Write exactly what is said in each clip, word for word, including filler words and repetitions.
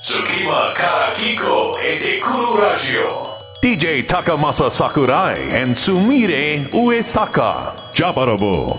隙間から聞こえてくるラジオ ディージェー 高政桜井 and すみれ上坂ジャパラボ。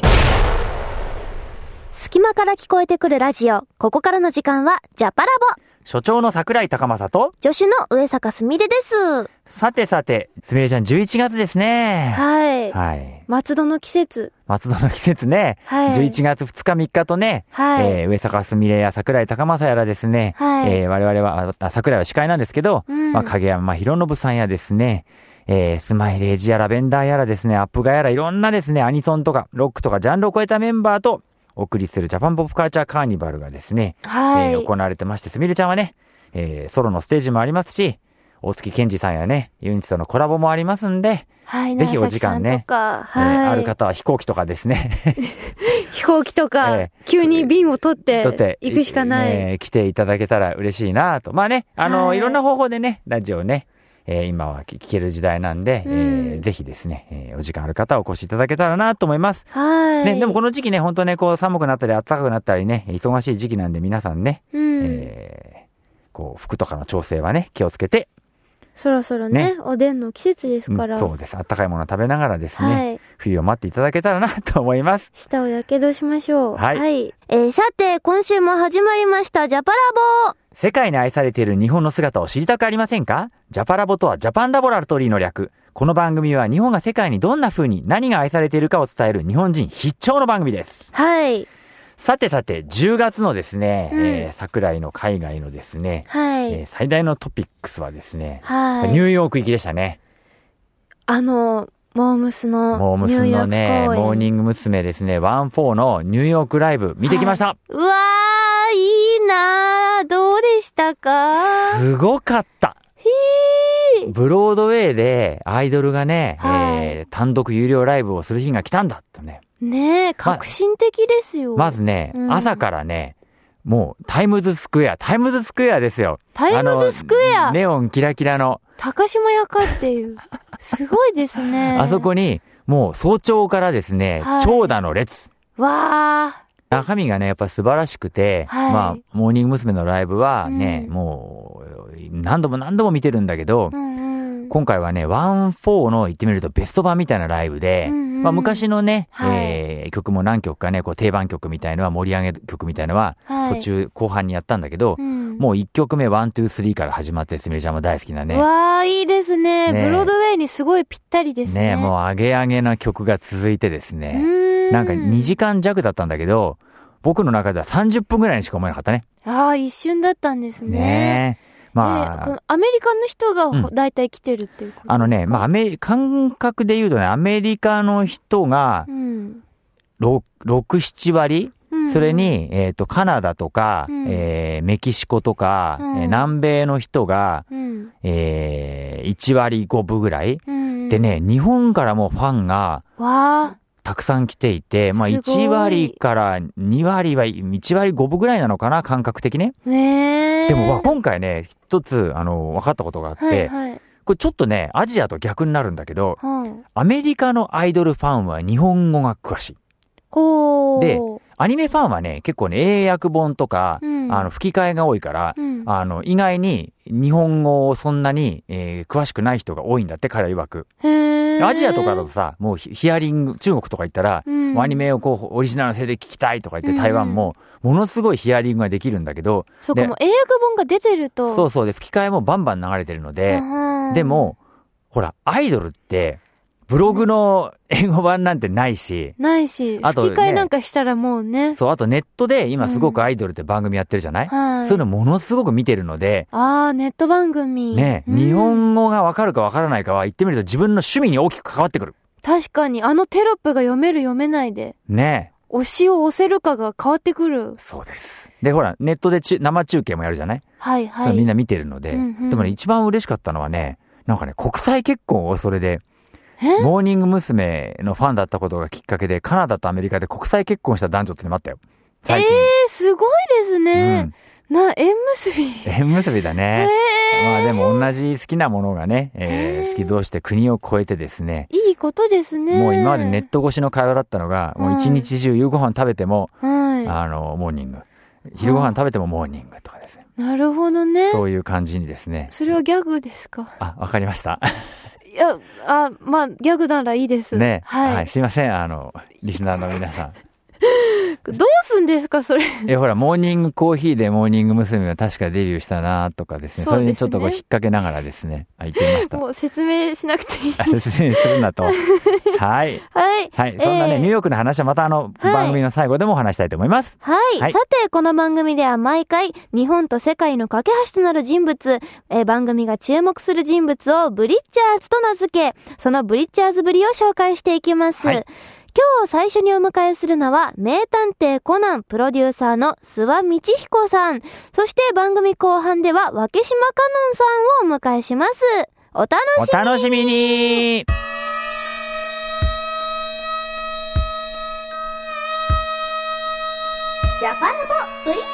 隙間から聞こえてくるラジオ。ここからの時間はジャパラボ。 所長の桜井高政と助手の上坂すみれです。 さてさて、すみれちゃんじゅういちがつですね。 はい。 はい。 松戸の季節。松戸の季節ね。はい。じゅういちがつふつかみっかとね。はい。えー、上坂すみれや桜井高政やらですね。はい。えー、我々は、あ、桜井は司会なんですけど、うん、まあ、影山博信さんやですね。えー、スマイレージやらベンダーやらですね、アップガやらいろんなですね、アニソンとかロックとかジャンルを超えたメンバーとお送りするジャパンポップカルチャーカーニバルがですね、はい。えー、行われてまして、すみれちゃんはね、えー、ソロのステージもありますし、大月健二さんやね、ユンチとのコラボもありますんで、はい、ぜひお時間ね、はい、えー、ある方は飛行機とかですね。 飛行機とか、えー、急に便を取って行くしかない。 えー、来ていただけたら嬉しいなと。まあね、あの、はい、いろんな方法でね、ラジオね、えー、今は聞ける時代なんで、うん、えー、ぜひですね、えー、お時間ある方はお越しいただけたらなと思います。はい。ね、でもこの時期ね、本当ね、こう寒くなったり暖かくなったりね、忙しい時期なんで皆さんね、うん、えーこう服とかの調整はね気をつけて、 そろそろ ね, ねおでんの季節ですから、 うん、そうです。あったかいもの食べながらですね、はい、冬を待っていただけたらなと思います。 舌をやけどしましょう。 はい、はい。 えー、さて今週も始まりましたジャパラボ。 世界に愛されている日本の姿を知りたくありませんか？ジャパラボとはジャパンラボラトリーの略。この番組は日本が世界にどんな風に何が愛されているかを伝える日本人必聴の番組です。 はい。 さてさて、じゅうがつのですね、うん、えー、桜井の海外のですね、はい、えー、最大のトピックスはですね、はい、ニューヨーク行きでしたね。 あの、モームスのモームスのね、モーニング娘。ですね、ワンフォーのニューヨークライブ見てきました。はい、 うわー、いいなー。どうでしたか？ すごかった。ひー。ブロードウェイでアイドルがね、はい、えー、単独有料ライブをする日が来たんだとね。 ねえ、革新的ですよ。 ま、まずね、うん、朝からね、もうタイムズスクエア、タイムズスクエアですよ。 タイムズスクエア。 ネオンキラキラの。 高島屋かっていう。すごいですね。 あそこに、もう早朝からですね、はい、長蛇の列。 わー。 中身がね、やっぱ素晴らしくて、はい、まあ、モーニング娘。のライブはね、うん、もう、何度も何度も見てるんだけど、うんうん、今回はね、ワンフォーの言ってみるとベスト版みたいなライブで、うんうん、まあ、昔のね、はい、えー、曲も何曲かね、こう定番曲みたいのは盛り上げ曲みたいのは、途中後半にやったんだけど、はい、もういっきょくめワン、ツー、スリーから始まって、すみれちゃんも大好きなね。 わー、いいですね。ね、ブロードウェイにすごいぴったりですね。 ね、もう上げ上げな曲が続いてですね、んなんかにじかん弱だったんだけど、僕の中ではさんじゅっぷんぐらいにしか思えなかったね。 ああ、一瞬だったんですね。 ねえ。まあ、 このアメリカの人がだいたい来てるっていうことですか？うん、 あのね、まあアメリ、感覚で言うとね、アメリカの人がろく、ろく、ななわり、うん、それに、えっと、カナダとか、うん、えー、メキシコとか、うん、えー、南米の人が、うん、えー、いちわりごぶぐらい、うん、でね、日本からもファンが、 わー、 たくさん来ていて、まあいちわりからにわりはいちわりごぶぐらいなのかな、感覚的ね。 へー。 でも今回ね、一つ、あの、分かったことがあって、はいはい、これちょっとね、アジアと逆になるんだけど、はい、アメリカのアイドルファンは日本語が詳しい。 ほー。 で、アニメファンはね、結構ね、英訳本とか、うん、あの、吹き替えが多いから、うん、あの、意外に日本語をそんなに、えー、詳しくない人が多いんだって、彼は曰く。 へー。 アジアとかだとさ、もうヒアリング、中国とか行ったら、うん、アニメをこう、オリジナルのせいで聞きたいとか言って、台湾も、ものすごいヒアリングができるんだけど、 そうか、もう英訳本が出てると。 そうそう、で、吹き替えもバンバン流れてるので、でも、ほら、アイドルって、ブログの英語版なんてないし。 ないし。あと、ね、吹き替えなんかしたらもうね。 そう、あとネットで今すごくアイドルって番組やってるじゃない、うん、はい、そういうのものすごく見てるので。 ああ、ネット番組。 ね、うん、日本語がわかるかわからないかは言ってみると自分の趣味に大きく関わってくる。 確かに、あのテロップが読める読めないで。 ね。 推しを押せるかが変わってくる。 そうです。で、ほら、ネットでち生中継もやるじゃない、 はいはい。 それみんな見てるので。うんうん、でもね、一番嬉しかったのはね、なんかね、国際結婚をそれで、モーニング娘。のファンだったことがきっかけで、カナダとアメリカで国際結婚した男女ってのもあったよ。最近。 えー、すごいですね。うん、な、縁結び。 縁結びだね。えー、まあでも同じ好きなものがね、えー、好き同士で国を越えてですね。 いいことですね。 もう今までネット越しの会話だったのが、もう一日中夕ご飯食べても、はい、あの、モーニング。昼ご飯食べてもモーニングとかですね。 なるほどね。 そういう感じにですね。 それはギャグですか？ あ、わかりました。 いや、あ、まあ、ギャグならいいです。 ね。 はい。 はい、すいません、あの、リスナーの皆さん。 どうすんですかそれ。 え、ほら、モーニングコーヒーでモーニング娘。は確かデビューしたなとかですね。それにちょっとこう引っ掛けながらですね、あ、言ってみました。 もう説明しなくていい。 説明するなと。はい。 はい。 はい。そんなね、えー、ニューヨークの話はまたあの、はい、番組の最後でもお話したいと思います。 はい。はい、さて、この番組では毎回、日本と世界の架け橋となる人物、えー、番組が注目する人物をブリッチャーズと名付け、そのブリッチャーズぶりを紹介していきます。はい、今日最初にお迎えするのは名探偵コナンプロデューサーの諏訪道彦さん。そして番組後半では分島香音さんをお迎えします。お楽しみに。 お楽しみに。 ジャパラボブリッチャー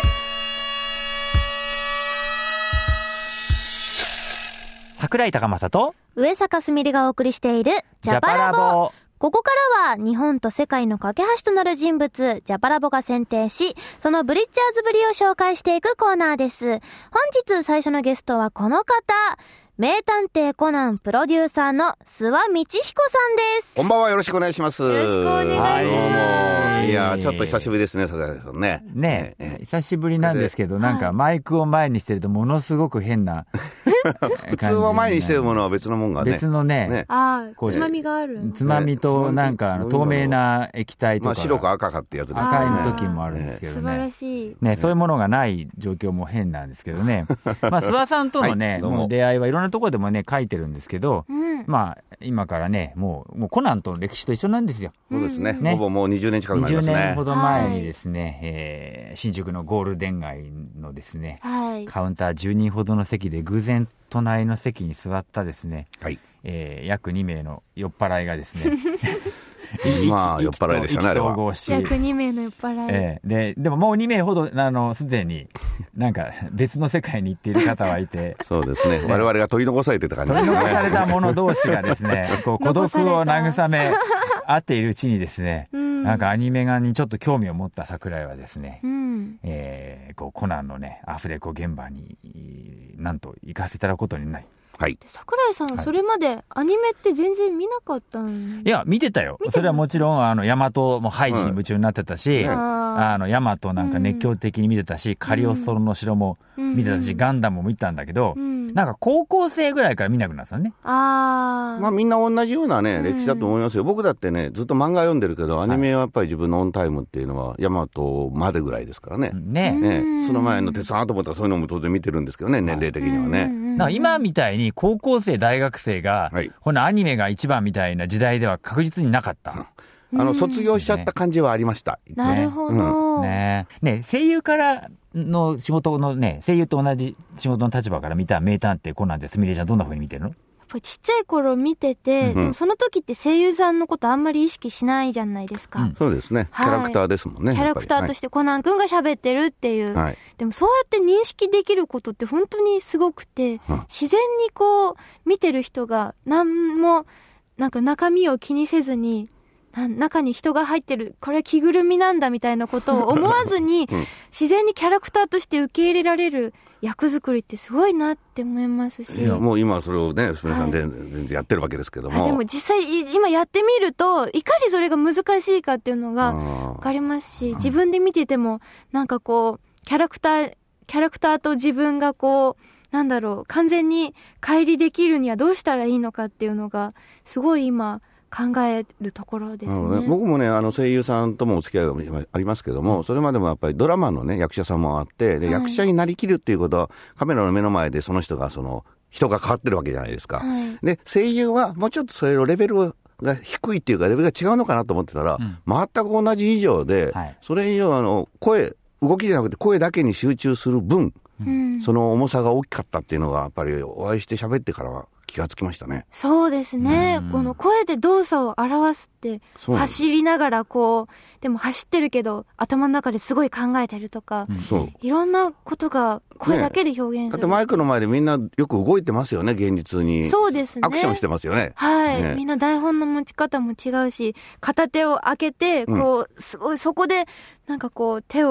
ズ。桜井高政と上坂すみれがお送りしているジャパラボ。ここからは日本と世界の架け橋となる人物、ジャパラボが選定し、そのブリッチャーズぶりを紹介していくコーナーです。本日最初のゲストはこの方、名探偵コナンプロデューサーの諏訪道彦さんです。 こんばんは、よろしくお願いします。 よろしくお願いします。どうも。いや、ちょっと久しぶりですね、桜井さんね。 ねえ、ねえ久しぶりなんですけど、なんかマイクを前にしてるとものすごく変な。 普通は前にしてるものは別のもんがね。 別のね。 ねああ、つまみがある。 つまみとなんか透明な液体とか。 まあ白か赤かってやつですね。 赤いの時もあるんですけどね。 素晴らしい。 ね、そういうものがない状況も変なんですけどね。まあ諏訪さんとのね、もう出会いはいろんなところでもね、書いてるんですけど、まあ今からね、もう、もうコナンとの歴史と一緒なんですよ。 そうですね。ほぼもうにじゅうねん近くなりますね。 にじゅうねんほど前にですね、えー、新宿のゴールデン街のですね、はい、カウンターじゅうにんほどの席で偶然隣の席に座ったですね、はい、えー、約にめいの酔っ払いがですねまあ酔っ払いでしたね、あれは。 約にめいの酔っ払い、 えー、ででももうにめいほどあのすでになんか別の世界に行っている方はいてそうですね、我々が取り残されてた感じですね。 取り残された者同士がですねこう孤独を慰め合っているうちにですね、うん、なんかアニメ画にちょっと興味を持った桜井はですね、うんえー、こうコナンのねアフレコ現場になんと行かせていただくことになり、 はい、 桜井さんはそれまでアニメって全然見なかったん、 いや見てたよ。それはもちろんあのヤマトもハイジに夢中になってたし、うん、あのヤマトなんか熱狂的に見てたし、うん、カリオストロの城も見てたし、うん、ガンダムも見てたんだけど、うん、なんか高校生ぐらいから見なくなったね。 あまあみんな同じようなね歴史だと思いますよ、うん、僕だってねずっと漫画読んでるけどアニメはやっぱり自分のオンタイムっていうのはヤマトまでぐらいですからね、 ねねその前の鉄腕アトムとかそういうのも当然見てるんですけどね、年齢的にはね。 なんか今みたいに高校生大学生が、はい、このアニメが一番みたいな時代では確実になかった、 うん、あの卒業しちゃった感じはありました、 ね、なるほど、 うん、ねね声優からの仕事のね声優と同じ仕事の立場から見た名探偵コナンってすみれちゃんどんな風に見てるの？ やっぱりちっちゃい頃見てて、うん、でもその時って声優さんのことあんまり意識しないじゃないですか、 うん、そうですね、キャラクターですもんね、 キャラクターとしてコナン君が喋ってるっていう、はい、でもそうやって認識できることって本当にすごくて、うん、自然にこう見てる人が何もなんか中身を気にせずに中に人が入ってるこれは着ぐるみなんだみたいなことを思わずに、うん、自然にキャラクターとして受け入れられる役作りってすごいなって思いますし、 いやもう今それをねすみれさんで全然やってるわけですけども、 でも実際今やってみるといかにそれが難しいかっていうのが分かりますし、自分で見ててもなんかこうキャラクターキャラクターと自分がこうなんだろう完全に乖離できるにはどうしたらいいのかっていうのがすごい今考えるところですね。 僕もねあの声優さんともお付き合いがありますけども、それまでもやっぱりドラマのね役者さんもあって、で、はい、役者になりきるっていうことはカメラの目の前でその人がその人が変わってるわけじゃないですか、はい、で声優はもうちょっとそれのレベルが低いっていうかレベルが違うのかなと思ってたら、うん、全く同じ以上で、はい、それ以上あの声動きじゃなくて声だけに集中する分、うん、その重さが大きかったっていうのがやっぱりお会いして喋ってからは気がつきましたね。 そうですね、この声で動作を表すって走りながらこうでも走ってるけど頭の中ですごい考えてるとか、うん、そういろんなことが声だけで表現する、ね、 だってマイクの前でみんなよく動いてますよね、現実に。 そうですね、 アクションしてますよね。 はい、ね、みんな台本の持ち方も違うし片手を開けてこう、うん、すごいそこでなんかこう手を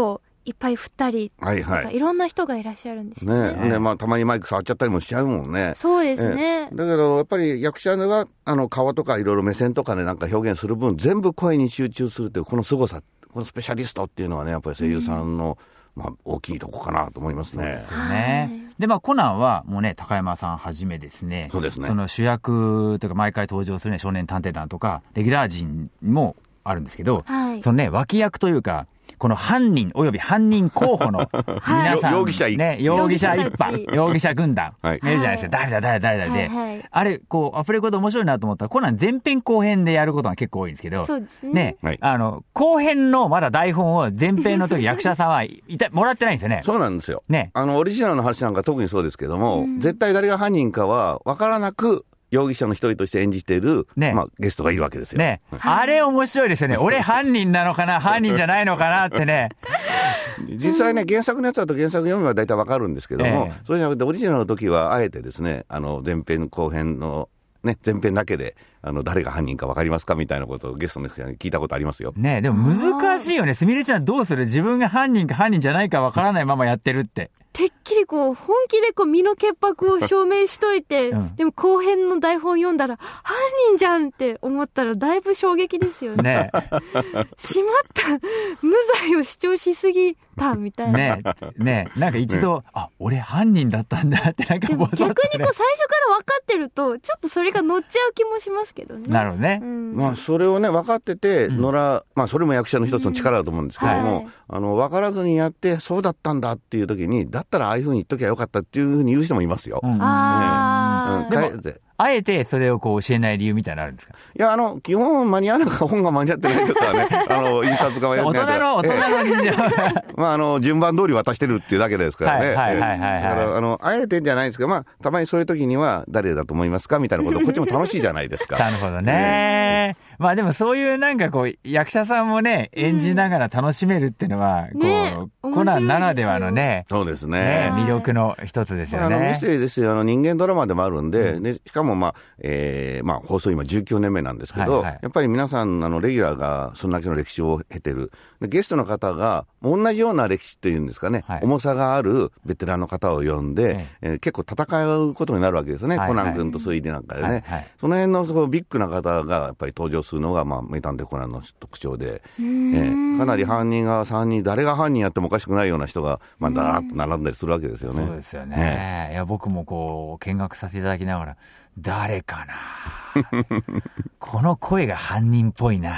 いっぱい振ったり、はいはい、いろんな人がいらっしゃるんですね。 ね、でまあたまにマイク触っちゃったりもしちゃうもんね。 そうですね。 だけどやっぱり役者はあの顔とかいろいろ目線とかでなんか表現する分全部声に集中するというこの凄さ、このスペシャリストっていうのはねやっぱり声優さんの、うん、まあ大きいとこかなと思いますね。そうですよね。 はい、でまあコナンはもうね高山さんはじめですね。 そうですね。 その主役というか毎回登場するね少年探偵団とかレギュラー陣もあるんですけど、はい、そのね脇役というか。この犯人および犯人候補の皆さん、 はい、容疑者一、 ね、容疑者一派、容疑者軍団、はい、見るじゃないですか、誰だ誰だ誰だで、はいはい、あれこうアフレコで面白いなと思ったらコナン前編後編でやることが結構多いんですけど、 そうですね。 ね、はい、あの後編のまだ台本を前編の時役者さんはいたもらってないんですよね。 そうなんですよ。 ね、 あのオリジナルの話なんか特にそうですけども、うん、絶対誰が犯人かは分からなく。容疑者の一人として演じている、ね、まあ、ゲストがいるわけですよ。 ね、あれ面白いですよね。俺犯人なのかな犯人じゃないのかなってね。 実際ね原作のやつだと原作読めば大体わかるんですけども、えー、それじゃなくてオリジナルの時はあえてですねあの前編後編のね、前編だけであの誰が犯人か分かりますかみたいなことをゲストの人に聞いたことありますよ。 ねえ、でも難しいよね。すみれちゃんどうする？自分が犯人か犯人じゃないか分からないままやってるって。 てっきりこう本気でこう身の潔白を証明しといて、うん、でも後編の台本読んだら犯人じゃんって思ったらだいぶ衝撃ですよね。ねしまった無罪を主張しすぎたみたいな。 ねえねえなんか一度、ね、あ俺犯人だったんだってなんかでも逆にこう最初から分かってるとちょっとそれが乗っちゃう気もしますけどね。 なるほどね。 うん、 まあそれをね分かってて野良、うん、まあそれも役者の一つの力だと思うんですけども、うんはい、あの分からずにやってそうだったんだっていう時にだったらああいう風に言っときゃよかったっていう風に言う人もいますよ。うん、 ああ、うん、であえてそれをこう教えない理由みたいなのあるんですか？ いやあの基本間に合わないか本が間に合ってないとかねあの印刷が間に合ってないとか大人の大人の事情まああの順番通り渡してるっていうだけですからね。 はいはいはいはい、はい、 だからあのあえてじゃないですけどまあたまにそういう時には誰だと思いますかみたいなことこっちも楽しいじゃないですか。 なるほどね、うん、まあでもそういうなんかこう役者さんもね演じながら楽しめるっていうのは、うん、こう、ね、コナンならではのねそうですね、 ね魅力の一つですよね。 あのミステリーですよ。あの人間ドラマでもあるんで、うん、でしかもまあ、えー、まあ放送今じゅうきゅうねんめなんですけど、はいはい、やっぱり皆さんあのレギュラーがそんだけの歴史を経てるでゲストの方が同じような歴史っていうんですかね、はい、重さがあるベテランの方を呼んで、はいえー、結構戦うことになるわけですね、はいはい、コナン君と推理なんかでね、はいはい、その辺のそのビッグな方がやっぱり登場するのが、まあ、名探偵コナンの特徴で、えー、かなり犯人がさんにん誰が犯人やってもおかしくないような人が、まあ、だーっと並んだりするわけですよね。 そうですよね、ねいや僕もこう見学させていただきながら誰かなこの声が犯人っぽいな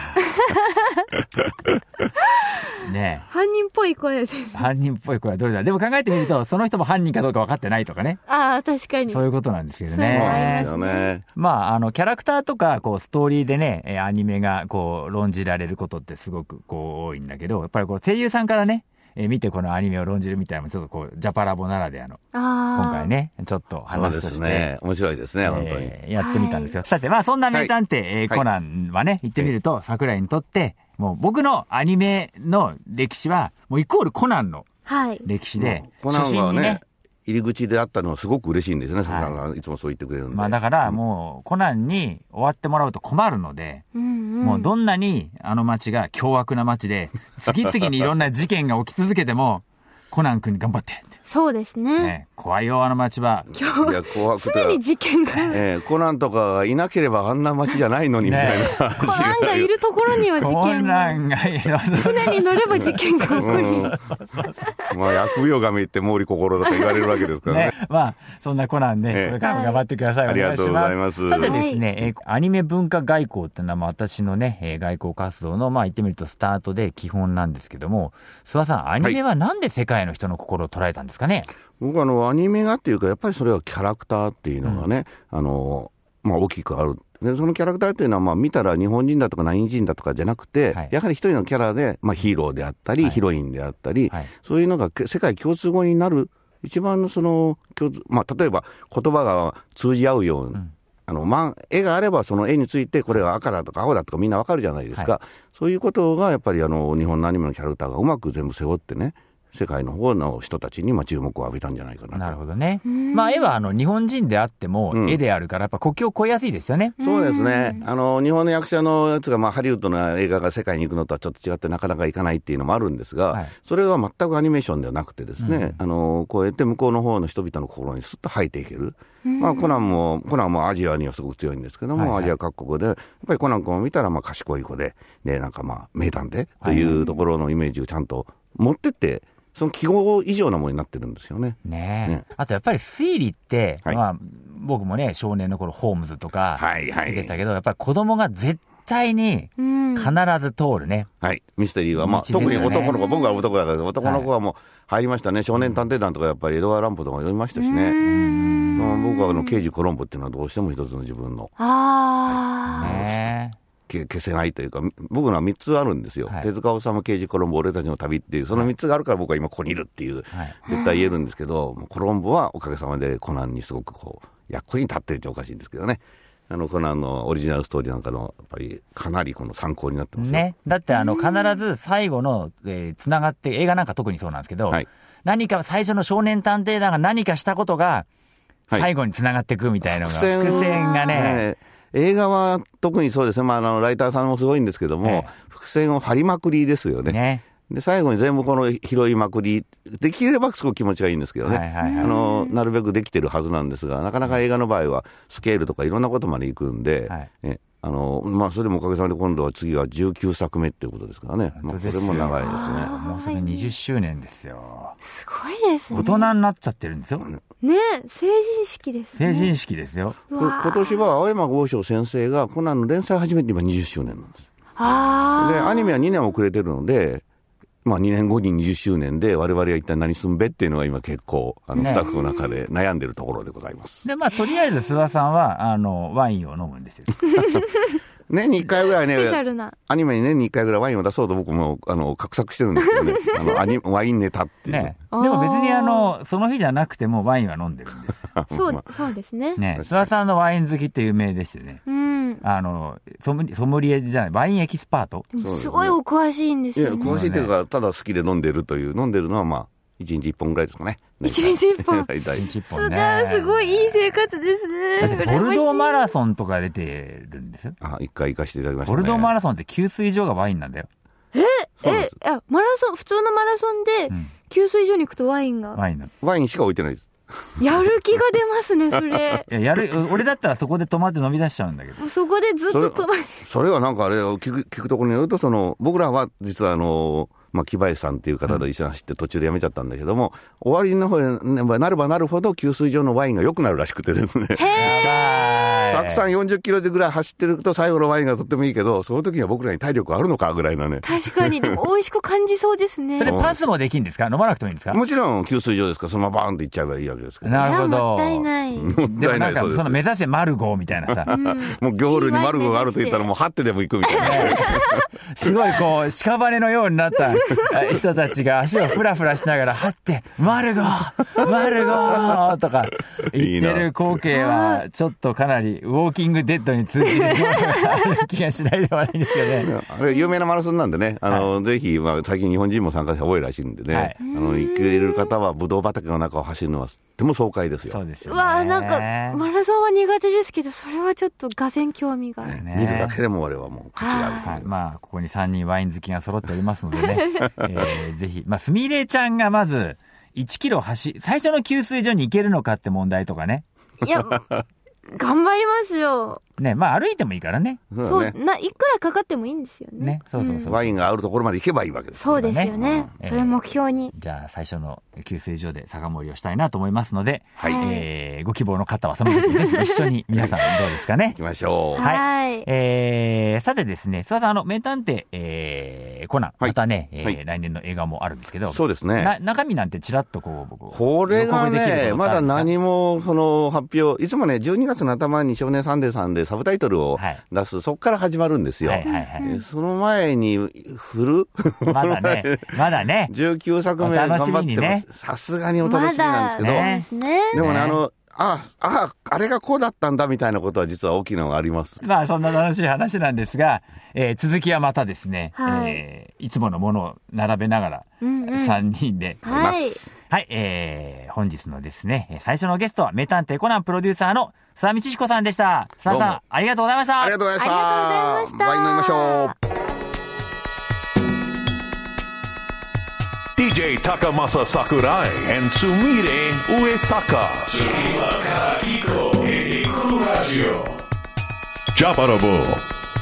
ね犯人っぽい声です。 犯人っぽい声はどれだ。でも考えてみるとその人も犯人かどうか分かってないとかね。 ああ確かにそういうことなんですけどね。 そうなんですよね。 まああのキャラクターとかこうストーリーでねアニメがこう論じられることってすごくこう多いんだけどやっぱりこう声優さんからねえー、見てこのアニメを論じるみたいなのもちょっとこうジャパラボならではの今回ねちょっと話としてそうですね面白いですね、えー、本当にやってみたんですよ、はい、さてまあそんな名探偵、はいえー、コナンはね、はい、言ってみると桜井にとってもう僕のアニメの歴史はもうイコールコナンの歴史で、はい、 コナンはね入り口であったのはすごく嬉しいんですよね、はい、いつもそう言ってくれるんで、 まあ、だからもうコナンに終わってもらうと困るので、うんうん、もうどんなにあの街が凶悪な街で次々にいろんな事件が起き続けてもコナン君に頑張ってって。 そうですね。 ね怖いよあの街は。 いや怖くて。 常に事件が、 えー。コナンとかがいなければあんな街じゃないのにみたいな。ね、 コナンがいるところには事件が。 コナンがいる。 船に乗れば事件が起こり。うん、 まあ疫病神って毛利心だと言われるわけですからね。ねまあそんなコナンね、えー、これからも頑張ってください。はい、 お願いします。ありがとうございます。 さてですね、はい、えー、アニメ文化外交っていうのはまあ私のね、えー、外交活動のまあ言ってみるとスタートで基本なんですけども、諏訪さんアニメはなんで世界の人の心を捉えたんですかね。はい、 僕はあのアニメがっていうかやっぱりそれはキャラクターっていうのがね、うん、あのまあ、大きくある。でそのキャラクターっていうのはまあ見たら日本人だとか何人だとかじゃなくて、はい、やはり一人のキャラで、まあ、ヒーローであったり、はい、ヒロインであったり、はい、そういうのが世界共通語になる一番のその、まあ、例えば言葉が通じ合うように、うん、あのまあ、絵があればその絵についてこれは赤だとか青だとかみんなわかるじゃないですか、はい、そういうことがやっぱりあの日本のアニメのキャラクターがうまく全部背負ってね世界の方の人たちにまあ注目を浴びたんじゃないかなと。 なるほどね。まあ絵はあの日本人であっても絵であるからやっぱ国境を越えやすいですよね。 うん、そうですね。あの日本の役者のやつがまあハリウッドの映画が世界に行くのとはちょっと違ってなかなか行かないっていうのもあるんですが、はい、それは全くアニメーションではなくてですね、うん、あのこうやって向こうの方の人々の心にスッと入っていける。まあ、コナンも、コナンもアジアにはすごく強いんですけども、はいはい、アジア各国で、やっぱりコナン君を見たら、まあ、賢い子で、で、なんかまあ、名探偵というところのイメージをちゃんと持ってって、その記号以上なものになってるんですよね。 ねえ。ね、あとやっぱり推理って、はい、まあ、僕もね、少年の頃、ホームズとか、はいはい。でしたけど、やっぱり子供が絶対に、必ず通るね、 うん。はい。ミステリーは、まあ、特に男の子、僕は男だから、男の子はもう入りましたね。はい、少年探偵団とか、やっぱりエドワーランプとか読みましたしね。僕はあの刑事コロンボっていうのはどうしても一つの自分の、ああ、ね、消せないというか、僕のはみっつあるんですよ。はい、手塚治虫刑事コロンボ俺たちの旅っていう、そのみっつがあるから僕は今ここにいるっていう、はい、絶対言えるんですけど、コロンボはおかげさまでコナンにすごくこう役に立ってるっておかしいんですけどね。あのコナンのオリジナルストーリーなんかのやっぱりかなりこの参考になってますよね。 だってあの必ず最後の、えー、つながって映画なんか特にそうなんですけど、はい、何か最初の少年探偵団が何かしたことが最後につながっていくみたいなのが、はい、伏線がね、 えー、映画は特にそうですね、まあ、あのライターさんもすごいんですけども、えー、伏線を張りまくりですよね。ね、で最後に全部この拾いまくりできればすごく気持ちがいいんですけどね、はいはいはい、あのなるべくできてるはずなんですが、なかなか映画の場合はスケールとかいろんなことまでいくんで、はい、えあのまあ、それでもおかげさまで今度は次はじゅうきゅうさくめっていうことですからね、まあ、これも長いですね。 もうすぐにじゅっしゅうねんですよ。 すごいですね。 大人になっちゃってるんですよね。成人式ですね。 成人式ですよ。 今年は青山剛昌先生がコナンの連載始めて今にじゅっしゅうねんなんです。あでアニメはにねん遅れてるので、まあ、にねんごににじゅっしゅうねんで我々は一体何すんべっていうのが今結構あのスタッフの中で悩んでるところでございます、 ね、でまあとりあえず諏訪さんはあのワインを飲むんですよ年にいっかいぐらいね、 スペシャルなアニメに年にいっかいぐらいワインを出そうと僕もあの画策してるんですけどねあのアニワインネタっていう、ね、 でも別にあのその日じゃなくてもワインは飲んでるんですそうそうですね。 ね、諏訪さんのワイン好きって有名ですよね。うん、あのソムリ、ソムリエじゃないワインエキスパート。 でもすごいお詳しいんですよね。 いや詳しいというかただ好きで飲んでるという飲んでるのはまあ一日一本ぐらいですかね。 一日一本。 一日一本ね。すごいいい生活ですね。 だってボルドーマラソンとか出てるんですよ。 あ、一回行かせていただきましたね。 ボルドーマラソンって給水所がワインなんだよ。 ええあマラソン普通のマラソンで給水所に行くとワインが、うん、 ワインなワインしか置いてないです。 やる気が出ますねそれ。 いややる俺だったらそこで止まって飲み出しちゃうんだけど。 そこでずっと止まって。 それはなんかあれを聞く聞くところによるとその僕らは実はあの。まあ、木林さんっていう方と一緒に走って途中でやめちゃったんだけども、うん、終わりの方になればなるほど給水所のワインが良くなるらしくてですね。へたくさんよんじゅっキロぐらい走ってると最後のワインがとってもいいけど、その時には僕らに体力あるのかぐらいなね。 確かにでも美味しく感じそうですね。 それパスもできるんですか？飲まなくてもいいんですか？ もちろん給水所ですからそのままバーンと行っちゃえばいいわけですけど。 なるほど。 もったいない。 もったいない。でもなんかその目指せマルゴーみたいなさ、うん、もうゴールにマルゴーがあると言ったらもうはってでも行くみたいな。 すごいこう屍のようになった人たちが足をフラフラしながらはってマルゴーマルゴーとか言ってる光景はちょっとかなりウォーキングデッドに通じるものがある気がしないではないんですけどね。 あれ有名なマラソンなんでね、あの、はい、ぜひ、まあ、最近日本人も参加者多いらしいんでね、はい、あの行ける方はブドウ畑の中を走るのはとても爽快ですよ。 そうですよね。 うわなんかマラソンは苦手ですけどそれはちょっとがぜん興味が、 ね、見るだけでも俺はもう価値がある、 はい、まあここにさんにんワイン好きが揃っておりますのでね、えー、ぜひまあすみれちゃんがまずいちキロ走最初の給水所に行けるのかって問題とかね。 いや頑張りますよ。 ね、まあ歩いてもいいからね。 そう、ね、ないくらかかってもいいんですよね。ね、 そうそうそう、うん。 ワインがあるところまで行けばいいわけです、 ね。そうですよね。うん、それ目標に、 えー。じゃあ最初の給水所で酒盛りをしたいなと思いますので、はい、えー、ご希望の方はその時ぜひ一緒に皆さんどうですかね。 行きましょう。 はい。 はい、えー、さてですね、諏訪さんあの名探偵、えー、コナン、はい、またね、えーはい、来年の映画もあるんですけど、 そうですね。 な中身なんてちらっとこう僕これがねまだ何もその発表いつもねじゅうにがつの頭に少年サンデーさんでサブタイトルを出す、はい、そこから始まるんですよ、はいはいはい、その前に振るまだねまだねじゅうきゅうさくめ頑張ってます。さすがにお楽しみなんですけど、まね、でもねあのああ、あれがこうだったんだみたいなことは実は大きなのがあります。 まあそんな楽しい話なんですが、えー、続きはまたですね、はいえー、いつものものを並べながらさんにんで、 うんうん、はい、 はい、えー、本日のですね最初のゲストは名探偵コナンプロデューサーの須田道彦さんでした。須田さんありがとうございました。 ありがとうございました。 ありがとうございました。 バイ飲みましょう。 ディージェー Takamasa Sakurai and Sumire Uesaka. Tsukima kara Kiko ete kuru radio. Japarabo. ヤングブリッジャ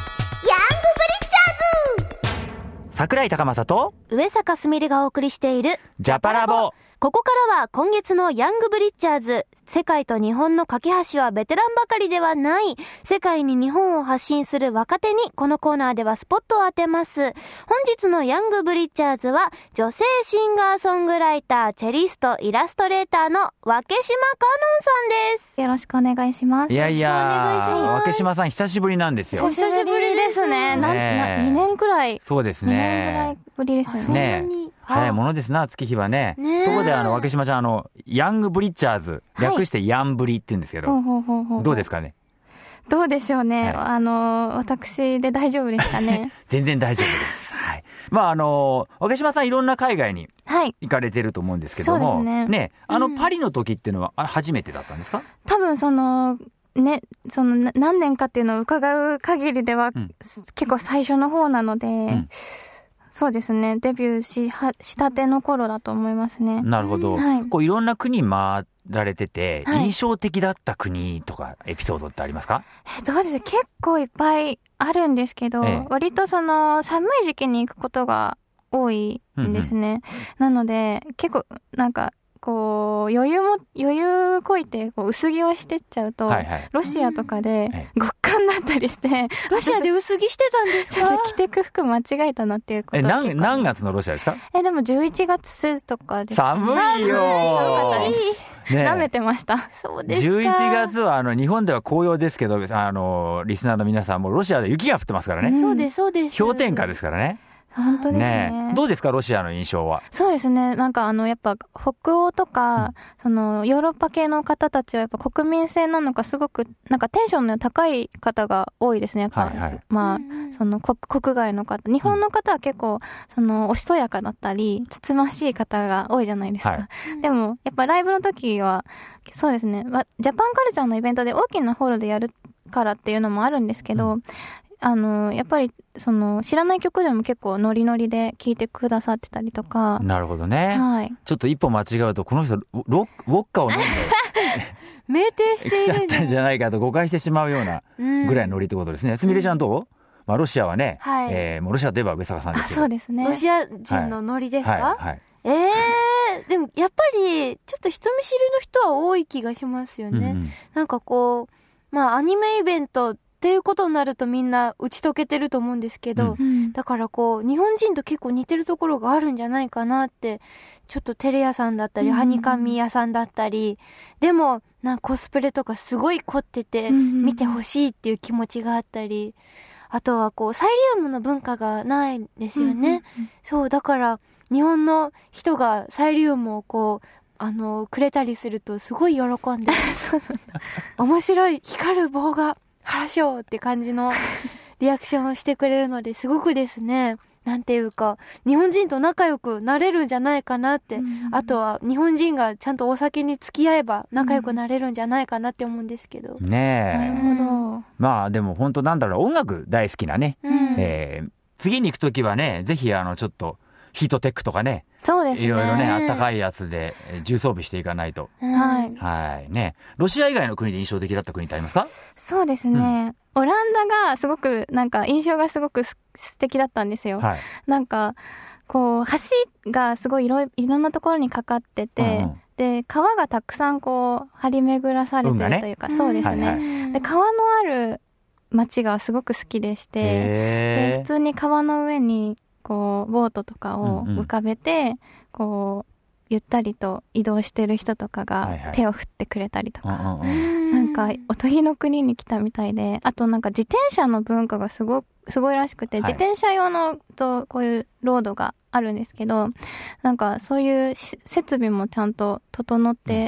ーズ桜井高政と上坂すみれがお送りしているジャパラボ。 ここからは今月のヤングブリッジャーズ、世界と日本の架け橋はベテランばかりではない、世界に日本を発信する若手にこのコーナーではスポットを当てます。本日のヤングブリッジャーズは女性シンガーソングライター、チェリスト、イラストレーターの分島香音さんです。 よろしくお願いします。 いやいや、分島さん久しぶりなんですよ。 久しぶりですね。ななにねんくらい。 そうですね。 にねんくらいぶりですよね。 ね早いものですな、月日はね。ところであの分島ちゃん、あのヤングブリッジャーズ、略してヤンブリって言うんですけど、はい、どうですかね。 どうでしょうね、はい、あの私で大丈夫ですかね。 全然大丈夫です。はい。まああの分島さんいろんな海外に行かれてると思うんですけども、はい、そうですね。ね、あのパリの時っていうのは、うん、初めてだったんですか。 多分そのね、その何年かっていうのを伺う限りでは、うん、結構最初の方なので。うんそうですね。デビューしはしたての頃だと思いますね。 なるほど。はい、こういろんな国回られてて、はい、印象的だった国とかエピソードってありますか？ えどうです結構いっぱいあるんですけど、ええ、割とその寒い時期に行くことが多いんですね。うんうん、なので結構なんかこう余裕も余裕こいてこう薄着をしてっちゃうと、はいはい、ロシアとかで極寒だったりして、ええ、 ロシアで薄着してたんですか？ 着てく服間違えたなっていうことえ 何, 何月のロシアですか？ えでもじゅういちがつとかです、 ね、寒いよ寒かったです、ね、舐めてました。 そうですか。 じゅういちがつはあの日本では紅葉ですけど、あのリスナーの皆さんもロシアで雪が降ってますからね、 うん、そうですそうです。 氷点下ですからね。 本当です ね, ね。 どうですかロシアの印象は。 そうですね。なんかあのやっぱ北欧とか、うん、そのヨーロッパ系の方たちはやっぱ国民性なのかすごくなんかテンションの高い方が多いですね。やっぱ、はいはい、まあその 国, 国外の方、日本の方は結構そのおしとやかだったりつつましい方が多いじゃないですか。はい、でもやっぱライブの時はそうですね。ジャパンカルチャーのイベントで大きなホールでやるからっていうのもあるんですけど。うんあのやっぱりその知らない曲でも結構ノリノリで聴いてくださってたりとか。 なるほどね、はい、ちょっと一歩間違うとこの人ロウォッカを飲んで酩酊しているんじゃったんじゃないかと誤解してしまうようなぐらいのノリってことですね。すみれちゃんどう？まあ、ロシアはね、はいえー、もうロシアといえば上坂さんですけど。 そうですね。 ロシア人のノリですか？はいはいはい、えー、でもやっぱりちょっと人見知りの人は多い気がしますよね、うん、なんかこうまあアニメイベントっていうことになるとみんな打ち解けてると思うんですけど、うん、だからこう日本人と結構似てるところがあるんじゃないかなって。ちょっとテレ屋さんだったり、うん、ハニカミ屋さんだったりでもなんかコスプレとかすごい凝ってて見てほしいっていう気持ちがあったり、あとはこうサイリウムの文化がないんですよね、うんうんうん、そうだから日本の人がサイリウムをこうあのくれたりするとすごい喜んでそうなんだ面白い光る棒が原賞って感じのリアクションをしてくれるのですごくですねなんていうか日本人と仲良くなれるんじゃないかなって、うん、あとは日本人がちゃんとお酒に付き合えば仲良くなれるんじゃないかなって思うんですけど、 うん、ねえなるほど。 まあでも本当なんだろう音楽大好きなね、うんえー、次に行くときはねぜひあのちょっとヒートテックとかねそうですねいろいろねあったかいやつで重装備していかないと、 うん、はいはいね。ロシア以外の国で印象的だった国ってありますか？ そうですね、うん、オランダがすごくなんか印象がすごく素敵だったんですよ、はい、なんかこう橋がすごいいろいろんなところにかかってて、うんうん、で川がたくさんこう張り巡らされてるというか、ね、そうですね、はいはい、で川のある街がすごく好きでしてで普通に川の上にこうボートとかを浮かべて、うんうん、こうゆったりと移動してる人とかが手を振ってくれたりとか、はいはい、なんかおとぎの国に来たみたいで、あとなんか自転車の文化がすごすごいらしくて、はい、自転車用のとこういうロードがあるんですけど、なんかそういう設備もちゃんと整って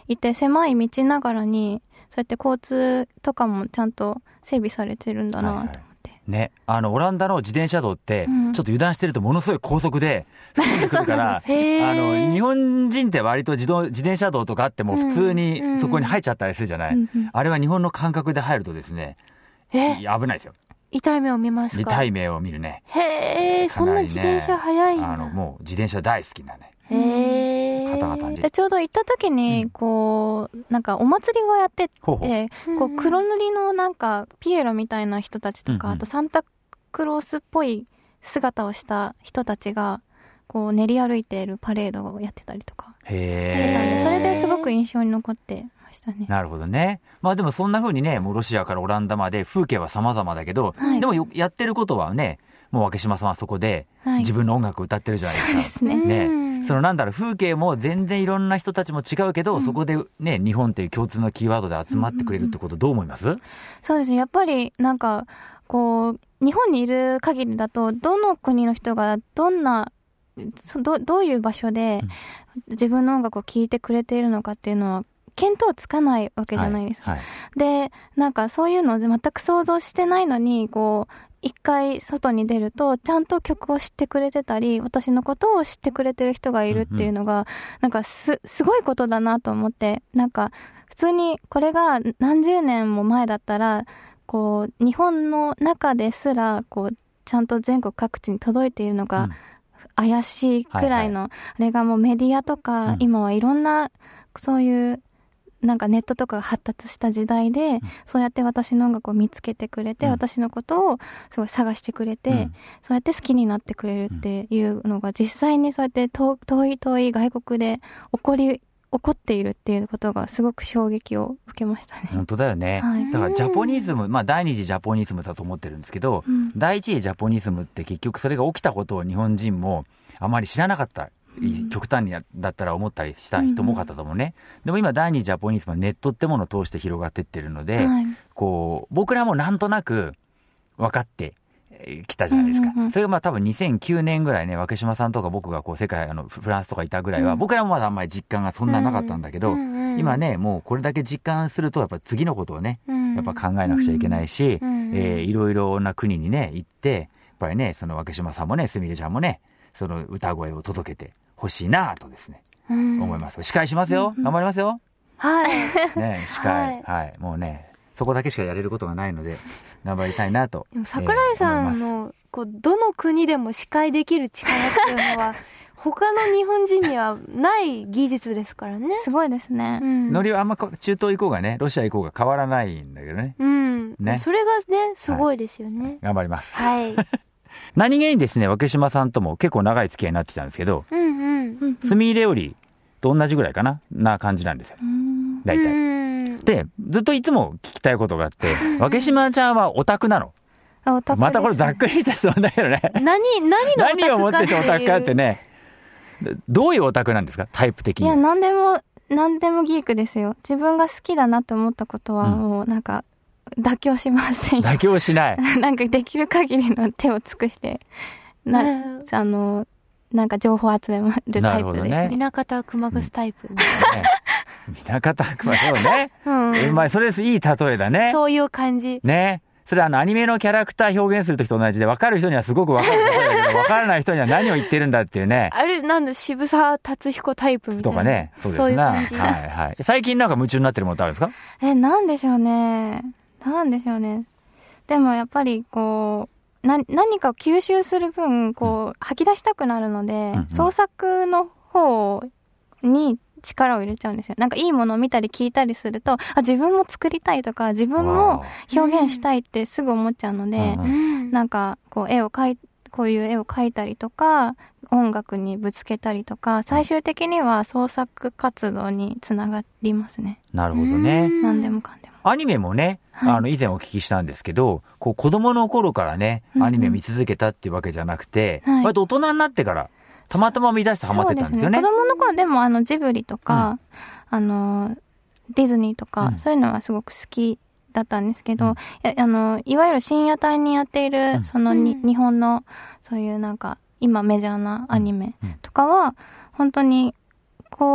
いて、狭い道ながらにそうやって交通とかもちゃんと整備されてるんだなと思って、はいはいね、あのオランダの自転車道って、うん、ちょっと油断してるとものすごい高速で進んでくるからあの日本人って割と自動自転車道とかあっても普通にそこに入っちゃったりするじゃない、うんうん、あれは日本の感覚で入るとですね、え危ないですよ。 痛い目を見ますか？ 痛い目を見るね。 へえ、そんな自転車速いんだ。 あのもう自転車大好きなね。 へ方々にでちょうど行った時にこう、うん、なんかお祭りをやってて、ほうほうこう黒塗りのなんかピエロみたいな人たちとか、うんうん、あとサンタクロースっぽい姿をした人たちがこう練り歩いているパレードをやってたりとかしてたんで、それですごく印象に残ってましたね。 なるほどね。まあでもそんな風にね、もうロシアからオランダまで風景は様々だけど、はい、でもよやってることはね、もう若島さんはそこで自分の音楽を歌ってるじゃないですか、 はい、そうですね。 ね、そのなんだろう、風景も全然いろんな人たちも違うけど、うん、そこでね、日本っていう共通のキーワードで集まってくれるってことどう思います？うんうんうん、 そうですね。やっぱりなんかこう日本にいる限りだと、どの国の人がどんなど, どういう場所で自分の音楽を聴いてくれているのかっていうのは見当つかないわけじゃないですか、はいはい、でなんかそういうのを全く想像してないのに、こう一回外に出るとちゃんと曲を知ってくれてたり、私のことを知ってくれてる人がいるっていうのが、うんうん、なんか す, すごいことだなと思って、なんか普通にこれが何十年も前だったらこう日本の中ですらこうちゃんと全国各地に届いているのが怪しいくらいの、うんはいはい、あれがもうメディアとか、うん、今はいろんなそういうなんかネットとかが発達した時代で、うん、そうやって私の音楽を見つけてくれて、うん、私のことをすごい探してくれて、うん、そうやって好きになってくれるっていうのが実際にそうやって遠い遠い外国で起こり起こっているっていうことがすごく衝撃を受けましたね。 本当だよね、はい、だからジャポニズム、まあ第二次ジャポニズムだと思ってるんですけど、うん、第一次ジャポニズムって結局それが起きたことを日本人もあまり知らなかった、うん、極端にだったら思ったりした人も多かったと思うね、うん、でも今第二次ジャポニズムはネットってものを通して広がっていってるので、はい、こう僕らもなんとなく分かって来たじゃないですか、うんうんうん、それがまあ多分にせんきゅうねんぐらいね、若島さんとか僕がこう世界あのフランスとかいたぐらいは、うん、僕らもまだあんまり実感がそんななかったんだけど、うんうん、今ねもうこれだけ実感するとやっぱ次のことをね、うん、やっぱ考えなくちゃいけないし、うんうんえー、いろいろな国にね行ってやっぱりねその若島さんもねすみれちゃんもねその歌声を届けてほしいなとですね、うん、思います。司会しますよ、うん、頑張りますよ、 はいね司会、はい、はい、もうねそこだけしかやれることがないので頑張りたいなと。 でも桜井さんの、えー、こうどの国でも司会できる力っていうのは他の日本人にはない技術ですからね。 すごいですね、 うん、ノリはあんま中東行こうがねロシア行こうが変わらないんだけどね、 うんね、それがねすごいですよね、 はい、頑張ります、 はい何気にですね若島さんとも結構長い付き合いになってきたんですけど、 うんうんすみれよりと同じぐらいかなな感じなんですよ大体、うんでずっといつも聞きたいことがあって若島ちゃんはオタクなの？ あオタクです。 またこれざっくりした質問だけどね何何のオタクかっていう何をもってしてオタクかってねどういうオタクなんですかタイプ的に？ いや何でも何でもギークですよ。自分が好きだなと思ったことはもうなんか妥協しません、うん、 妥協しないなんかできる限りの手を尽くしてなあのなんか情報集めるタイプですね。 南方熊楠タイプ、ねうん、南方熊そうね、うん、まあそれですいい例えだね。 そういう感じね。それはあのアニメのキャラクター表現するときと同じで分かる人にはすごく分かる例えだけど分からない人には何を言ってるんだっていうね。 あれなんだ渋沢達彦タイプみたいなとかね。そうですね。はいはい。最近なんか夢中になってるものってあるんですか？ えなんでしょうねなんでしょうね。でもやっぱりこうな何かを吸収する分こう、うん、吐き出したくなるので、うんうん、創作の方に力を入れちゃうんですよ。なんかいいものを見たり聞いたりするとあ自分も作りたいとか自分も表現したいってすぐ思っちゃうので、うん、なんかこう絵を描いこういう絵を描いたりとか音楽にぶつけたりとか最終的には創作活動につながりますね。 なるほどね。 何でもかんでも。 アニメもね、はい、あの以前お聞きしたんですけどこう子供の頃からねアニメ見続けたっていうわけじゃなくて、うんうん、割と大人になってからたまたま見出してハマってたんですよね。 そうですね。子供の頃でもあのジブリとか、うん、あのディズニーとか、うん、そういうのはすごく好きだったんですけど、うん、い, あのいわゆる深夜帯にやっている、うん、そのに、うん、日本のそういうなんか今メジャーなアニメとかは、うん、本当にこう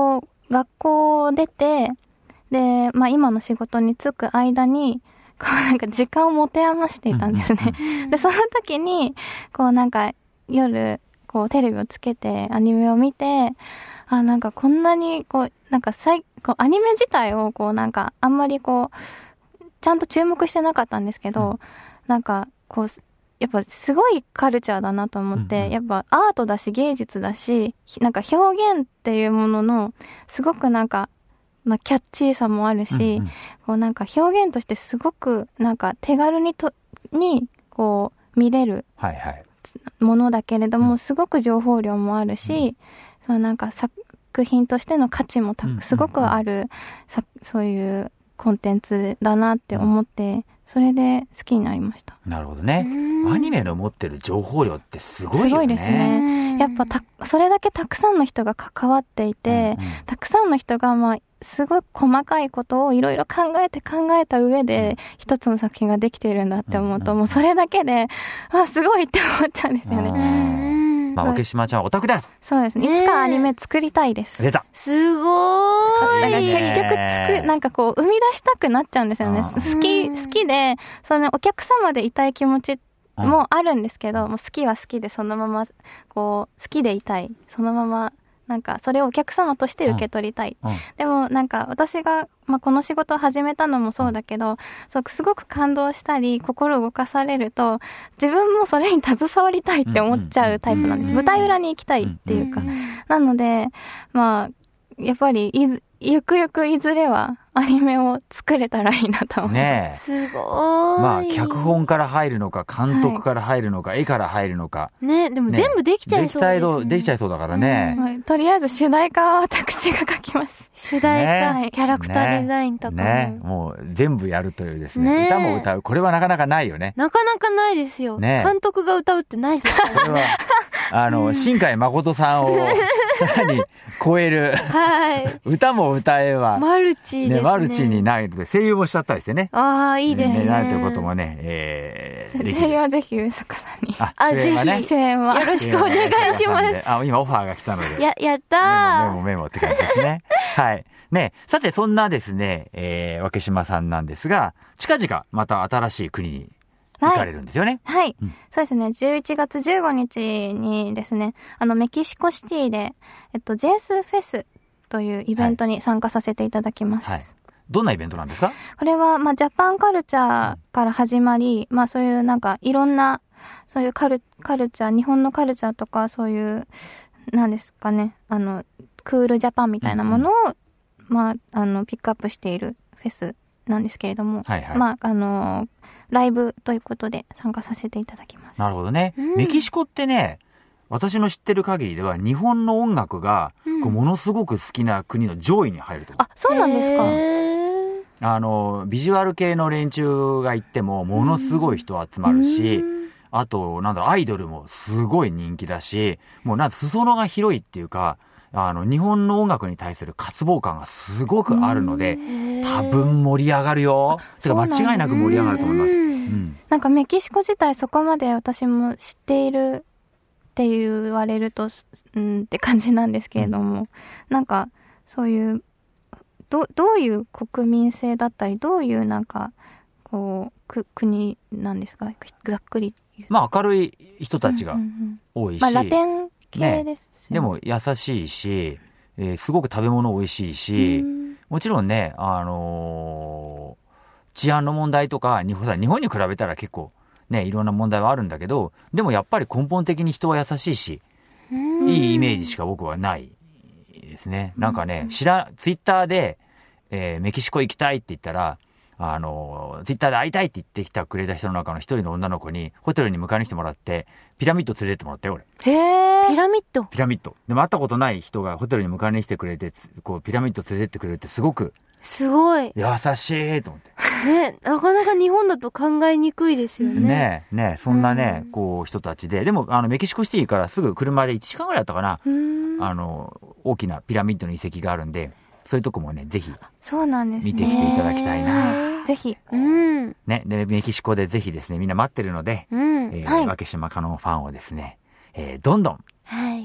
学校を出て、で、まあ今の仕事に就く間に、こうなんか時間を持て余していたんですね。で、その時に、こうなんか夜、こうテレビをつけてアニメを見て、あ、なんかこんなに、こう、なんかさいこうアニメ自体をこうなんかあんまりこう、ちゃんと注目してなかったんですけど、うん、なんかこう、やっぱすごいカルチャーだなと思って、うんうん、やっぱアートだし芸術だし、なんか表現っていうものの、すごくなんか、まあ、キャッチーさもあるし、うんうん、こうなんか表現としてすごくなんか手軽にと、にこう見れるものだけれども、はいはい、すごく情報量もあるし、うん、そうなんか作品としての価値もたすごくある、うんうん、そういうコンテンツだなって思って、うん、それで好きになりました。 なるほどね。アニメの持ってる情報量ってすごいよね。 すごいですね。やっぱたそれだけたくさんの人が関わっていて、うんうん、たくさんの人がまあすごい細かいことをいろいろ考えて考えた上で一つの作品ができているんだって思うと、うんうん、もうそれだけで、あ、すごいって思っちゃうんですよね。 まあ、沖島ちゃんはオタクだ。 そうですね。いつかアニメ作りたいです。 出た。 すごーい。 結局つく、なんかこう、生み出したくなっちゃうんですよね。好き、好きで、そのお客様でいたい気持ちもあるんですけど、もう好きは好きでそのまま、こう、好きでいたい。そのまま、なんかそれをお客様として受け取りたい、うんうん、でもなんか私が、まあ、この仕事を始めたのもそうだけど、うん、そうすごく感動したり心動かされると自分もそれに携わりたいって思っちゃうタイプなんです、うんうん、舞台裏に行きたいっていうか、うんうん、なのでまあやっぱりいずゆくゆくいずれはアニメを作れたらいいなと思います。ねえ。 すごーい。 まあ、脚本から入るのか、監督から入るのか、はい、絵から入るのか。 ね、でも全部できちゃいそうですね。 できちゃいそうだからね。 うんはい、とりあえず主題歌は私が書きます。 主題歌、ね、キャラクターデザインとかも。 ね、もう全部やるというですね。ね歌も歌う。これはなかなかないよね。 なかなかないですよ。ね、監督が歌うってないですからね。これは、 あの、新海誠さんをさらに超える。はい。歌も歌えば。 マルチですね。 マルチになるで声優もしちゃったりしてね。 ああ、いいですね。 なるということもね、えー、声優はぜひ上坂さんに。 あ、あぜひ、主演は。よろしくお願いします。 あ、今オファーが来たので。 や、やったー。 メモメモメモって感じですね。はい。ね、さてそんなですね、えー、脇島さんなんですが、近々また新しい国に行かれるんですよね。 はい。はいうん、そうですね。じゅういちがつじゅうごにちにですね、あの、メキシコシティで、えっと、ジェイス フェスというイベントに参加させていただきます。はいはいどんなイベントなんですか？ これは、まあ、ジャパンカルチャーから始まり、まあ、そういうなんか、いろんな、そういうカル、カルチャー、日本のカルチャーとか、そういう、なんですかね、あの、クールジャパンみたいなものを、うんうん、まあ、あの、ピックアップしているフェスなんですけれども、はいはい、まあ、あの、ライブということで参加させていただきます。 なるほどね。うん、メキシコってね、私の知ってる限りでは日本の音楽がこうものすごく好きな国の上位に入ると、うん、 あ、そうなんですか。 あのビジュアル系の連中が行ってもものすごい人集まるし、あとなんだろうアイドルもすごい人気だし、もうなんか裾野が広いっていうか、あの日本の音楽に対する渇望感がすごくあるので、多分盛り上がるよ。てか間違いなく盛り上がると思います。うん、 なんかメキシコ自体そこまで私も知っているって言われると、うんって感じなんですけれども、うん、なんかそういうどどういう国民性だったり、どういうなんかこうく国なんですか、ざっくり言うと。 まあ明るい人たちが多いし、 うんうんうん、まあラテン系です、ねね、でも優しいし、えー、すごく食べ物美味しいし、うん、もちろんね、あのー、治安の問題とか日本、日本に比べたら結構ね、いろんな問題はあるんだけど、でもやっぱり根本的に人は優しいし、いいイメージしか僕はないですね。なんかね、知ら、ツイッターで、えー、メキシコ行きたいって言ったら、あの、ツイッターで会いたいって言ってきたくれた人の中の一人の女の子に、ホテルに迎えに来てもらって、ピラミッド連れてってもらったよ、俺。 へー。ピラミッドピラミッド。でも会ったことない人がホテルに迎えに来てくれて、こう、ピラミッド連れてってくれるってすごく、 すごい。 優しいと思って。 ね、なかなか日本だと考えにくいですよね。 ねえ、ねえ、そんなね、うん、こう人たちで、でもあのメキシコシティからすぐ車でいちじかんぐらいだったかな、あの大きなピラミッドの遺跡があるんで、そういうとこもねぜひそうなんですね、 見てきていただきたいな。 ぜひ、 うんね、でメキシコでぜひですねみんな待ってるので、 うんえーはい、脇島香音ファンをですね、えー、どんどん、 はい、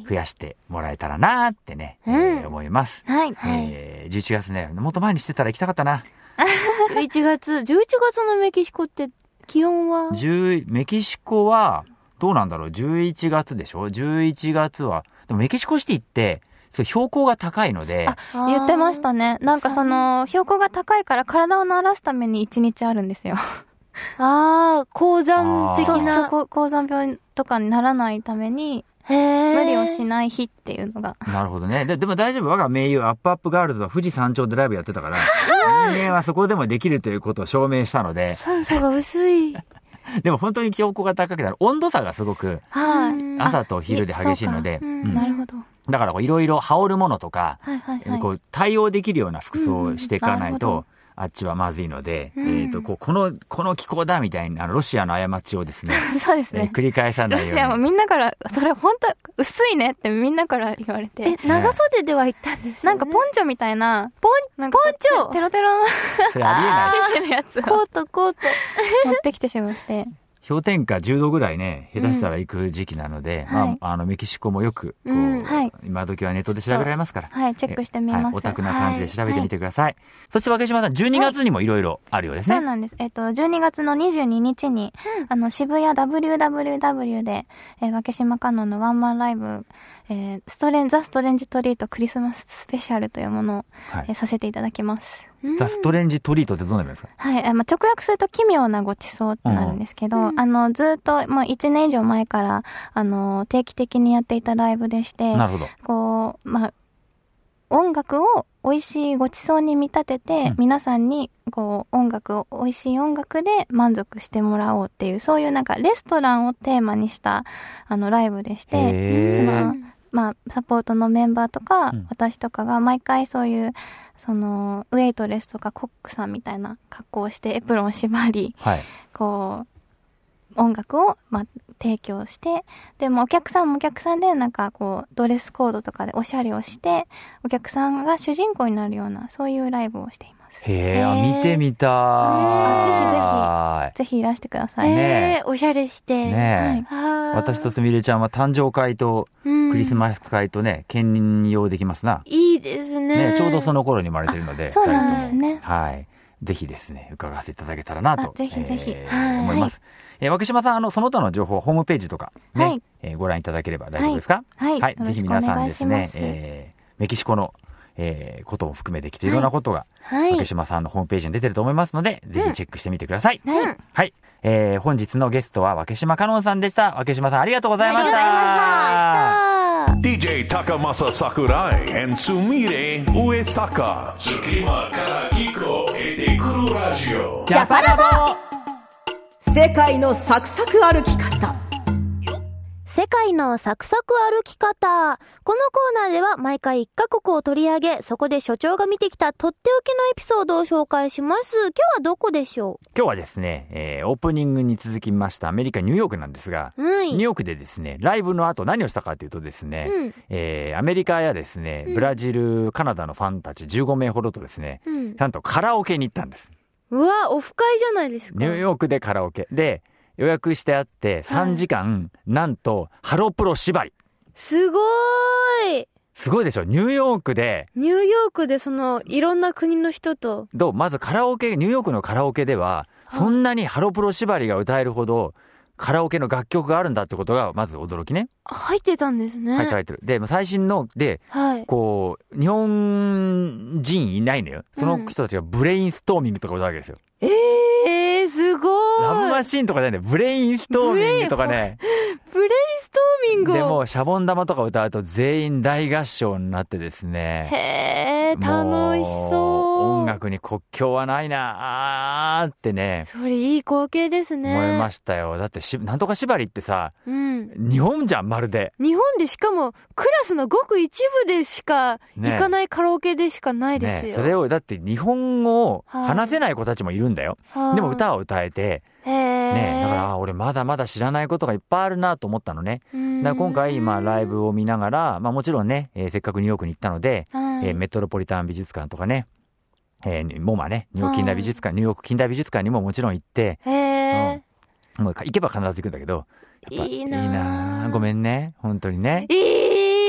増やしてもらえたらなってね、 うんえー思います。 はい。 えー、じゅういちがつね、もっと前にしてたら行きたかったな。 じゅういちがつ、じゅういちがつのメキシコって気温は 10メキシコは、どうなんだろう、じゅういちがつでしょ ?じゅういちがつは、でもメキシコシティって、そう標高が高いので。 あ、言ってましたね。なんかその、標高が高いから体を慣らすためにいちにちあるんですよ。 ああ、高山的そうな。 そう、高山病とかにならないために、 へー無理をしない日っていうのが。 なるほどね。で、でも大丈夫。我が盟友アップアップガールズは富士山頂でライブやってたから、人間はそこでもできるということを証明したので。 酸素が薄い。 でも本当に標高が高くなる。温度差がすごく、 はい。 朝と昼で激しいので。 うん、なるほど。 だからいろいろ羽織るものとか、 はいはいはい、 こう対応できるような服装をしていかないと、うんあっちはまずいので、うん、えっ、ー、と、こう、この、この気候だみたいな、ロシアの過ちをですね。 そうですね、 えー。繰り返さないように。 ロシアもみんなから、それ本当薄いねってみんなから言われて。 え、長袖では言ったんですよ、ね、 なんかポンチョみたいな。 ポン、ポンチョテロテロの。 それありえない。 ティッシュのやつを。 コート、コート。 持ってきてしまって。 氷点下じゅうどぐらいね、下手したら行く時期なので、うん、まあ、はい、あの、メキシコもよく、こう、うんはい、今時はネットで調べられますから。 はい、チェックしてみます。はい、 オタクな感じで調べてみてください。はい、そして、若島さん、じゅうにがつにもいろいろあるようですね、 はい。そうなんです。えっと、じゅうにがつのにじゅうににちに、うん、あの、渋谷 ダブリューダブリューダブリュー で、えー、若島香音のワンマンライブ、えー、ストレン、ザ・ストレンジトリートクリスマススペシャルというものを、はい、えー、させていただきます。 ザ・ストレンジトリートってどんな意味ですか？ はい。まあ、直訳すると奇妙なごちそうってなるんですけど、うん、あの、ずっと、もういちねん以上前から、あの、定期的にやっていたライブでして、 なるほど。 こう、まあ、音楽を美味しいごちそうに見立てて、うん、皆さんに、こう、音楽を、美味しい音楽で満足してもらおうっていう、そういうなんか、レストランをテーマにした、あの、ライブでして、その、まあ、サポートのメンバーとか、うん、私とかが毎回そういう、その、ウェイトレスとかコックさんみたいな格好をしてエプロンを縛り、 はい、 こう、音楽を、まあ、提供して、でもお客さんもお客さんで、なんかこう、ドレスコードとかでおしゃれをして、お客さんが主人公になるような、そういうライブをしています。 へー、見てみたーい。 ぜひぜひ、ぜひいらしてください。 ねえ、おしゃれして。 ねえ、はい。私とすみれちゃんは誕生会とクリスマス会とね、兼用できますな。 いいですね。 ね、ちょうどその頃に生まれてるので。 そうなんですね。 はい。ぜひですね、伺わせていただけたらなと。 ぜひぜひ。 えー、思います。えー、若島さん、あの、その他の情報、ホームページとか、ね、はい、えー、ご覧いただければ大丈夫ですか？ はい。はい。 ぜひ皆さんですね、えー、メキシコの、えー、ことも含めてきていろんなことが、はい、若島さんのホームページに出てると思いますので、うん、ぜひチェックしてみてください。 はい。 はい。えー、本日のゲストは若島香音さんでした。若島さん、ありがとうございました。 ありがとうございました。 ディージェー Takamasa Sakurai and Sumire Uesaka Tsukima kara kiko ete kuru radio ジャパラボ世界のサクサク歩き方。 世界のサクサク歩き方。このコーナーでは毎回いっカ国を取り上げ、そこで所長が見てきたとっておきのエピソードを紹介します。今日はどこでしょう？ 今日はですね、えー、オープニングに続きましたアメリカニューヨークなんですが、 うん、 ニューヨークでですね、ライブの後何をしたかというとですね、うん、えー、アメリカやですね、ブラジル、うん、カナダのファンたちじゅうごめいほどとですね、うん、ちゃんとカラオケに行ったんです。 うわ、オフ会じゃないですか。 ニューヨークでカラオケで、予約してあってさんじかん、はい、なんとハロプロ縛り。 すごーい。 すごいでしょ。ニューヨークでニューヨークでそのいろんな国の人とどうまずカラオケニューヨークのカラオケではそんなにハロプロ縛りが歌えるほどカラオケの楽曲があるんだってことがまず驚きね。 入ってたんですね。 入って入ってる。で最新ので、はい、こう日本人いないのよ。その人たちがブレインストーミングとか歌うわけですよ。 うん、えー、すごい。 ラブマシーンとかじゃないね。ブレインストーミングとかね。 ブレインストーミング。 でもシャボン玉とか歌うと全員大合唱になってですね。 へー、楽しそう。 音楽に国境はないなーってね。 それいい光景ですね。 思いましたよ。だってしなんとか縛りってさ、 うん、 日本じゃんまるで。 日本でしかもクラスのごく一部でしか行かないカラオケでしかないですよ。ねね、 それをだって日本語を話せない子たちもいるんだよ。はあ、でも歌を歌えて。 へーね、だから俺まだまだ知らないことがいっぱいあるなと思ったのね。だから今回今ライブを見ながら、まあ、もちろんね、えー、せっかくニューヨークに行ったので、はい、えー、メトロポリタン美術館とかね、えー、モマね、ニューヨーク近代美術館、はい、ニューヨーク近代美術館にももちろん行って、 へうん、もう行けば必ず行くんだけど、やっぱいいな、いいなごめんね、本当にね。 いい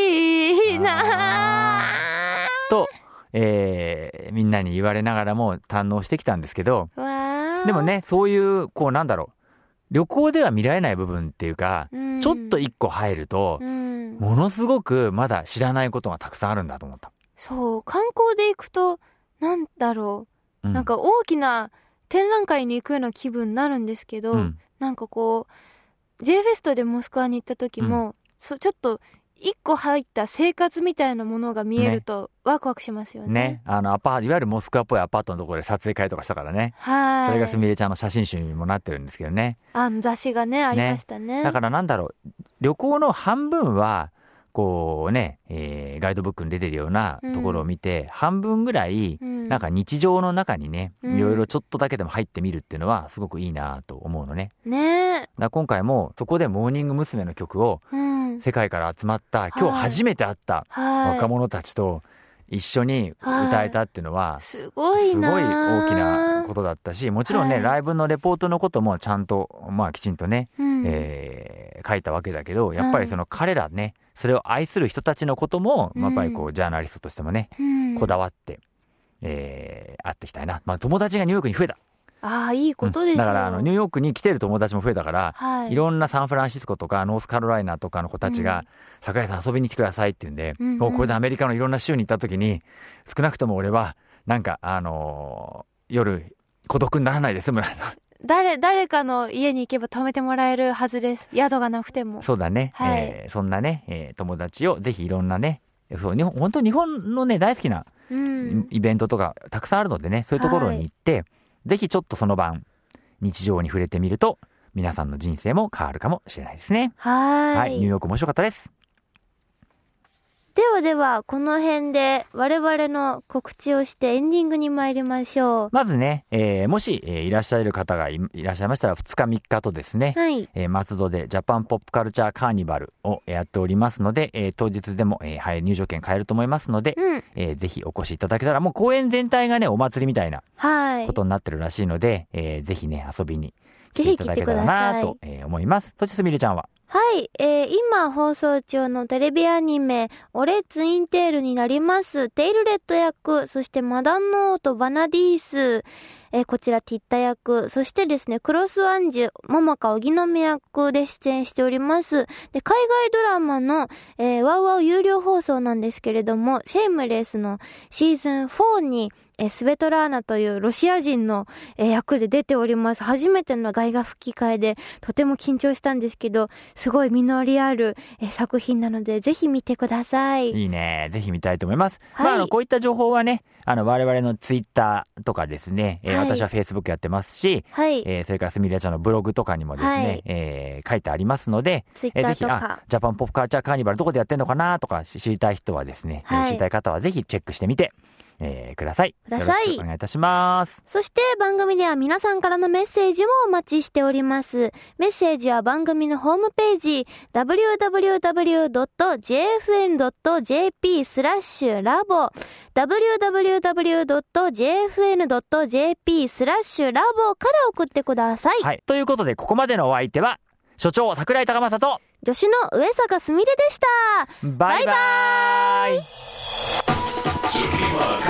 いなと、えー、みんなに言われながらも堪能してきたんですけど、 わでもね、そういうこうなんだろう、旅行では見られない部分っていうか、うん、ちょっと一個入ると、うん、ものすごくまだ知らないことがたくさんあるんだと思った。 そう、観光で行くとなんだろう、うん、なんか大きな展覧会に行くような気分になるんですけど、うん、なんかこう J フェストでモスクワに行った時も、うん、そちょっと一個入った生活みたいなものが見えるとワクワクしますよね。 ね、あのアパート、いわゆるモスクワっぽいアパートのところで撮影会とかしたからね。はい。それがすみれちゃんの写真集にもなってるんですけどね。 あの雑誌がねありましたね。 だからなんだろう、旅行の半分はこうね、えー、ガイドブックに出てるようなところを見て、うん、半分ぐらい、うん、なんか日常の中にね、いろいろちょっとだけでも入ってみるっていうのはすごくいいなと思うのね。 ね。 だから今回もそこでモーニング娘。の曲を、世界から集まった、うん、今日初めて会った若者たちと一緒に歌えたっていうのは、 すごいな、 すごい大きなことだったし、もちろんね、はい、ライブのレポートのこともちゃんと、まあ、きちんとね、うん、えー、書いたわけだけど、やっぱりその彼らね、それを愛する人たちのことも、うん、やっぱりこうジャーナリストとしてもね、うん、こだわって、えー、会っていきたいな。まあ、友達がニューヨークに増えた。 ああ、いいことですよ、 うん、だからあのニューヨークに来てる友達も増えたから、はい、いろんなサンフランシスコとかノースカロライナとかの子たちが、うん、桜井さん遊びに来てくださいって言うんで、うんうん、これでアメリカのいろんな州に行った時に少なくとも俺はなんかあのー、夜孤独にならないで済むな誰誰かの家に行けば泊めてもらえるはずです。宿がなくても。 そうだね、はい、えー、そんなね、えー、友達をぜひいろんなね、そう日本本当に日本のね大好きなイベントとかたくさんあるのでね、そういうところに行って、はい、ぜひちょっとその晩日常に触れてみると皆さんの人生も変わるかもしれないですね。 はい、 はい、ニューヨーク面白かったです。 ではではこの辺で我々の告知をしてエンディングに参りましょう。 まずね、えー、もし、えー、いらっしゃる方が い, いらっしゃいましたらふつかみっかとですね、はい、えー、松戸でジャパンポップカルチャーカーニバルをやっておりますので、えー、当日でも、えーはい、入場券買えると思いますので、うん、えー、ぜひお越しいただけたら、もう公園全体がねお祭りみたいなことになってるらしいので、はい、えー、ぜひね遊びに来ていただけたらなと思います。そしてすみれちゃんははい、えー、今放送中のテレビアニメ俺ツインテールになりますテイルレッド役、そしてマダンノートバナディース、えー、こちらティッタ役、そしてですねクロスワンジュモモカ荻野目役で出演しております。で海外ドラマの、えー、ワウワウ有料放送なんですけれども、シェイムレスのシーズンフォーにえスベトラーナというロシア人の、え役で出ております。初めての外画吹き替えでとても緊張したんですけど、すごい実りあるえ作品なのでぜひ見てください。 いいね、ぜひ見たいと思います。はい、まあ、あのこういった情報はね、あの我々のツイッターとかですね、えーはい、私はフェイスブックやってますし、はい、えー、それからすみれちゃんのブログとかにもですね、はい、えー、書いてありますので、 ツイッターとか、えー、ぜひあジャパンポップカルチャーカーニバルどこでやってんのかなとか知りたい人はですね、はい、知りたい方はぜひチェックしてみてえー、ください。 ください。 よろしくお願いいたします。 そして番組では皆さんからのメッセージもお待ちしております。メッセージは番組のホームページ ダブリューダブリューダブリュードットジェーエフエヌドットジェーピー スラッシュラボ ダブリューダブリューダブリュードットジェーエフエヌドットジェーピー スラッシュラボから送ってください。 はい。ということでここまでのお相手は所長桜井高政と助手の上坂すみれでした。 バイバイ。バイバイ。